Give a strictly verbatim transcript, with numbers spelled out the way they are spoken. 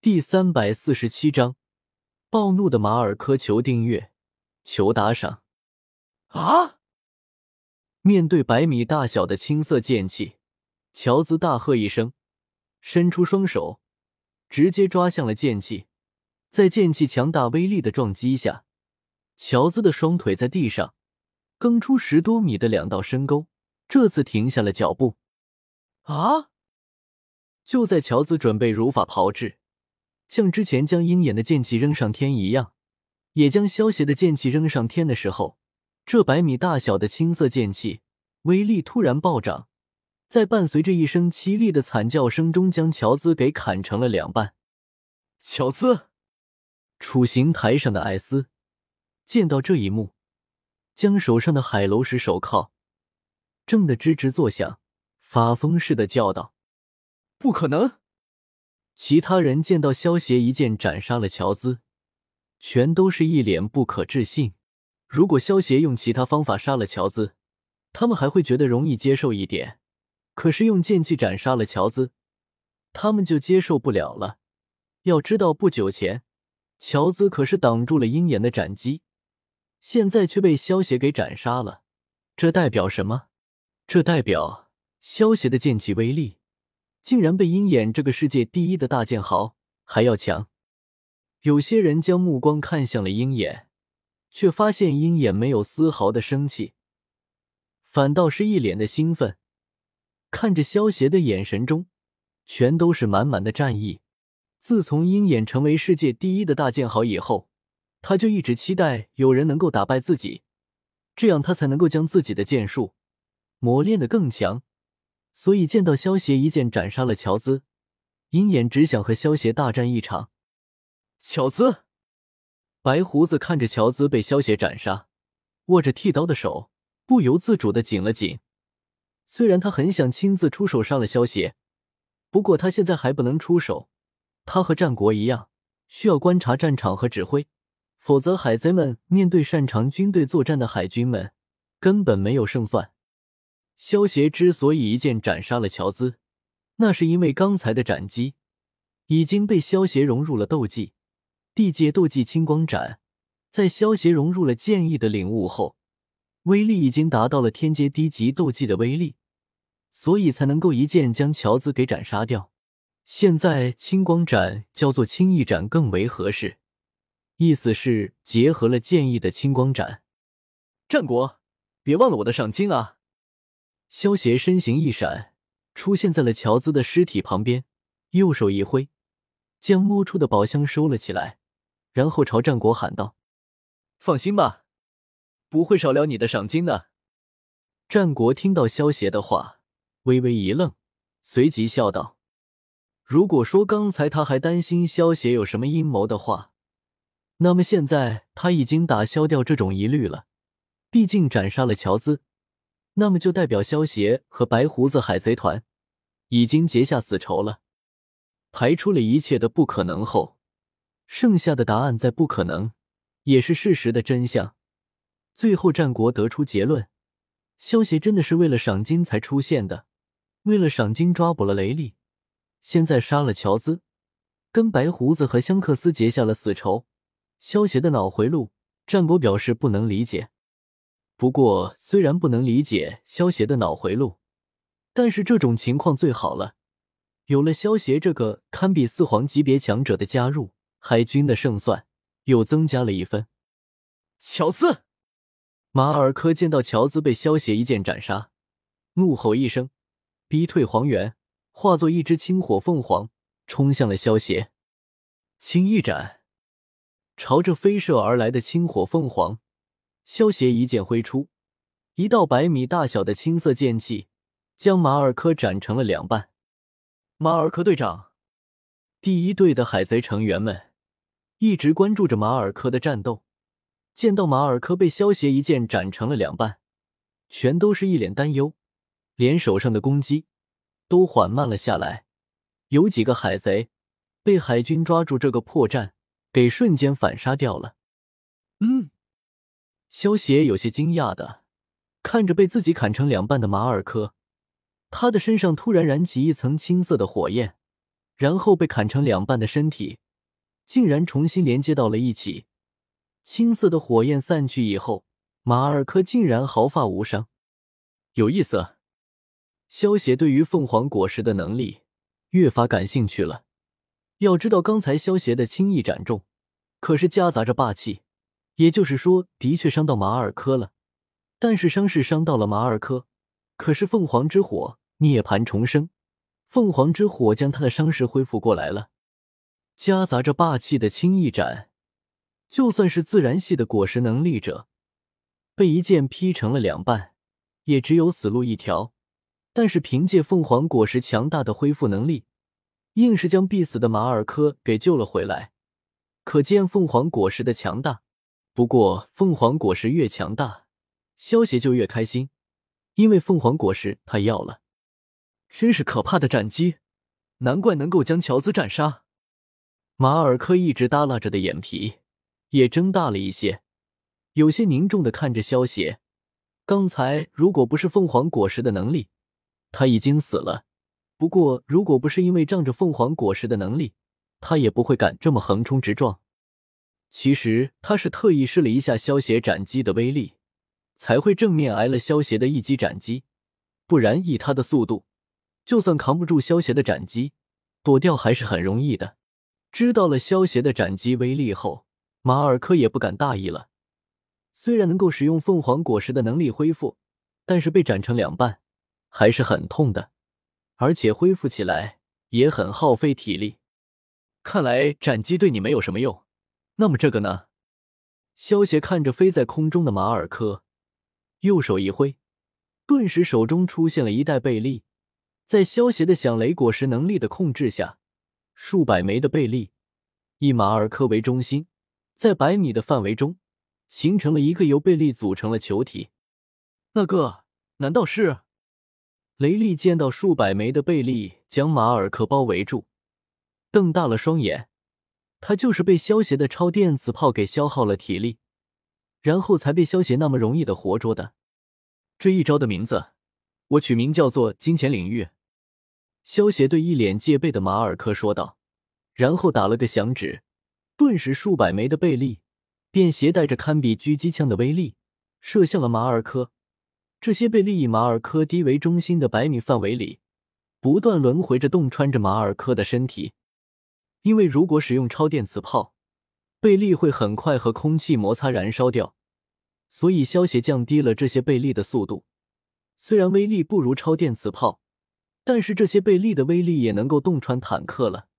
第三百四十七章，暴怒的马尔科求订阅，求打赏。 啊！ 面对百米大小的青色剑气，乔兹大喝一声，伸出双手，直接抓向了剑气。在剑气强大威力的撞击下，乔兹的双腿在地上更出十多米的两道深沟，这次停下了脚步。 啊！ 就在乔兹准备如法炮制，像之前将鹰眼的剑气扔上天一样，也将萧协的剑气扔上天的时候，这百米大小的青色剑气威力突然暴涨，在伴随着一声凄厉的惨叫声中，将乔兹给砍成了两半。 乔兹， 处刑台上的艾斯见到这一幕，将手上的海楼石手铐震得吱吱作响，发疯似的叫道：“ 不可能！” 其他人见到萧协一剑斩杀了乔兹，全都是一脸不可置信。如果萧协用其他方法杀了乔兹，他们还会觉得容易接受一点，可是用剑气斩杀了乔兹，他们就接受不了了。要知道不久前，乔兹可是挡住了鹰眼的斩击，现在却被萧协给斩杀了，这代表什么？这代表萧协的剑气威力竟然被鹰眼这个世界第一的大剑豪还要强。有些人将目光看向了鹰眼，却发现鹰眼没有丝毫的生气，反倒是一脸的兴奋，看着萧协的眼神中全都是满满的战意。自从鹰眼成为世界第一的大剑豪以后，他就一直期待有人能够打败自己，这样他才能够将自己的剑术磨练得更强。所以见到萧协一剑斩杀了乔兹，鹰眼只想和萧协大战一场。 乔兹， 白胡子看着乔兹被萧协斩杀，握着剃刀的手不由自主地紧了紧。虽然他很想亲自出手杀了萧协，不过他现在还不能出手，他和战国一样，需要观察战场和指挥，否则海贼们面对擅长军队作战的海军们根本没有胜算。萧协之所以一剑斩杀了乔兹，那是因为刚才的斩击已经被萧协融入了斗技，地界斗技青光斩，在萧协融入了剑意的领悟后，威力已经达到了天阶低级斗技的威力，所以才能够一剑将乔兹给斩杀掉。现在青光斩叫做青翼斩更为合适，意思是结合了剑意的青光斩。 战国，别忘了我的赏金啊！ 萧协身形一闪，出现在了乔兹的尸体旁边，右手一挥，将摸出的宝箱收了起来，然后朝战国喊道：“ 放心吧，不会少了你的赏金的。” 战国听到萧协的话，微微一愣，随即笑道：“如果说刚才他还担心萧协有什么阴谋的话，那么现在他已经打消掉这种疑虑了。毕竟斩杀了乔兹，那么就代表萧协和白胡子海贼团已经结下死仇了。排除了一切的不可能后，剩下的答案在不可能也是事实的真相。最后战国得出结论，萧协真的是为了赏金才出现的，为了赏金抓捕了雷利，现在杀了乔兹，跟白胡子和香克斯结下了死仇。萧协的脑回路，战国表示不能理解。不过虽然不能理解萧协的脑回路，但是这种情况最好了，有了萧协这个堪比四皇级别强者的加入，海军的胜算又增加了一分。 乔兹！ 马尔科见到乔兹被萧协一剑斩杀，怒吼一声，逼退黄猿，化作一只青火凤凰冲向了萧协。青翼斩，朝着飞射而来的青火凤凰，萧协一剑挥出，一道百米大小的青色剑气将马尔科斩成了两半。 马尔科队长， 第一队的海贼成员们一直关注着马尔科的战斗，见到马尔科被萧协一剑斩成了两半，全都是一脸担忧，连手上的攻击都缓慢了下来。有几个海贼被海军抓住这个破绽给瞬间反杀掉了。 嗯， 萧协有些惊讶的看着被自己砍成两半的马尔科，他的身上突然燃起一层青色的火焰， 然后被砍成两半的身体竟然重新连接到了一起。青色的火焰散去以后，马尔科竟然毫发无伤。有意思。萧协对于凤凰果实的能力越发感兴趣了。要知道刚才萧协的轻易斩中可是夹杂着霸气，也就是说的确伤到马尔科了，但是伤是伤到了马尔科，可是凤凰之火涅槃重生，凤凰之火将他的伤势恢复过来了。夹杂着霸气的轻易斩，就算是自然系的果实能力者被一剑劈成了两半也只有死路一条，但是凭借凤凰果实强大的恢复能力，硬是将必死的马尔科给救了回来，可见凤凰果实的强大。不过凤凰果实越强大，萧协就越开心，因为凤凰果实他要了。真是可怕的斩击，难怪能够将乔兹斩杀。马尔科一直耷拉着的眼皮也睁大了一些，有些凝重地看着萧协。刚才如果不是凤凰果实的能力，他已经死了。不过如果不是因为仗着凤凰果实的能力，他也不会敢这么横冲直撞。其实他是特意试了一下萧协斩击的威力，才会正面挨了萧协的一击斩击，不然以他的速度，就算扛不住萧协的斩击，躲掉还是很容易的。知道了萧协的斩击威力后，马尔科也不敢大意了。虽然能够使用凤凰果实的能力恢复，但是被斩成两半还是很痛的，而且恢复起来也很耗费体力。看来斩击对你没有什么用，那么这个呢？萧协看着飞在空中的马尔科，右手一挥，顿时手中出现了一袋贝粒。在萧协的响雷果实能力的控制下，数百枚的贝粒以马尔科为中心，在百米的范围中形成了一个由贝粒组成了球体。那个难道是？雷利见到数百枚的贝粒将马尔科包围住，瞪大了双眼。他就是被萧协的超电磁炮给消耗了体力，然后才被萧协那么容易的活捉的。这一招的名字我取名叫做金钱领域。萧协对一脸戒备的马尔科说道，然后打了个响指，顿时数百枚的贝粒便携带着堪比狙击枪的威力射向了马尔科。这些贝粒以马尔科低为中心的百米范围里不断轮回着洞穿着马尔科的身体。因为如果使用超电磁炮，贝粒会很快和空气摩擦燃烧掉，所以萧协降低了这些贝粒的速度。虽然威力不如超电磁炮，但是这些贝粒的威力也能够洞穿坦克了。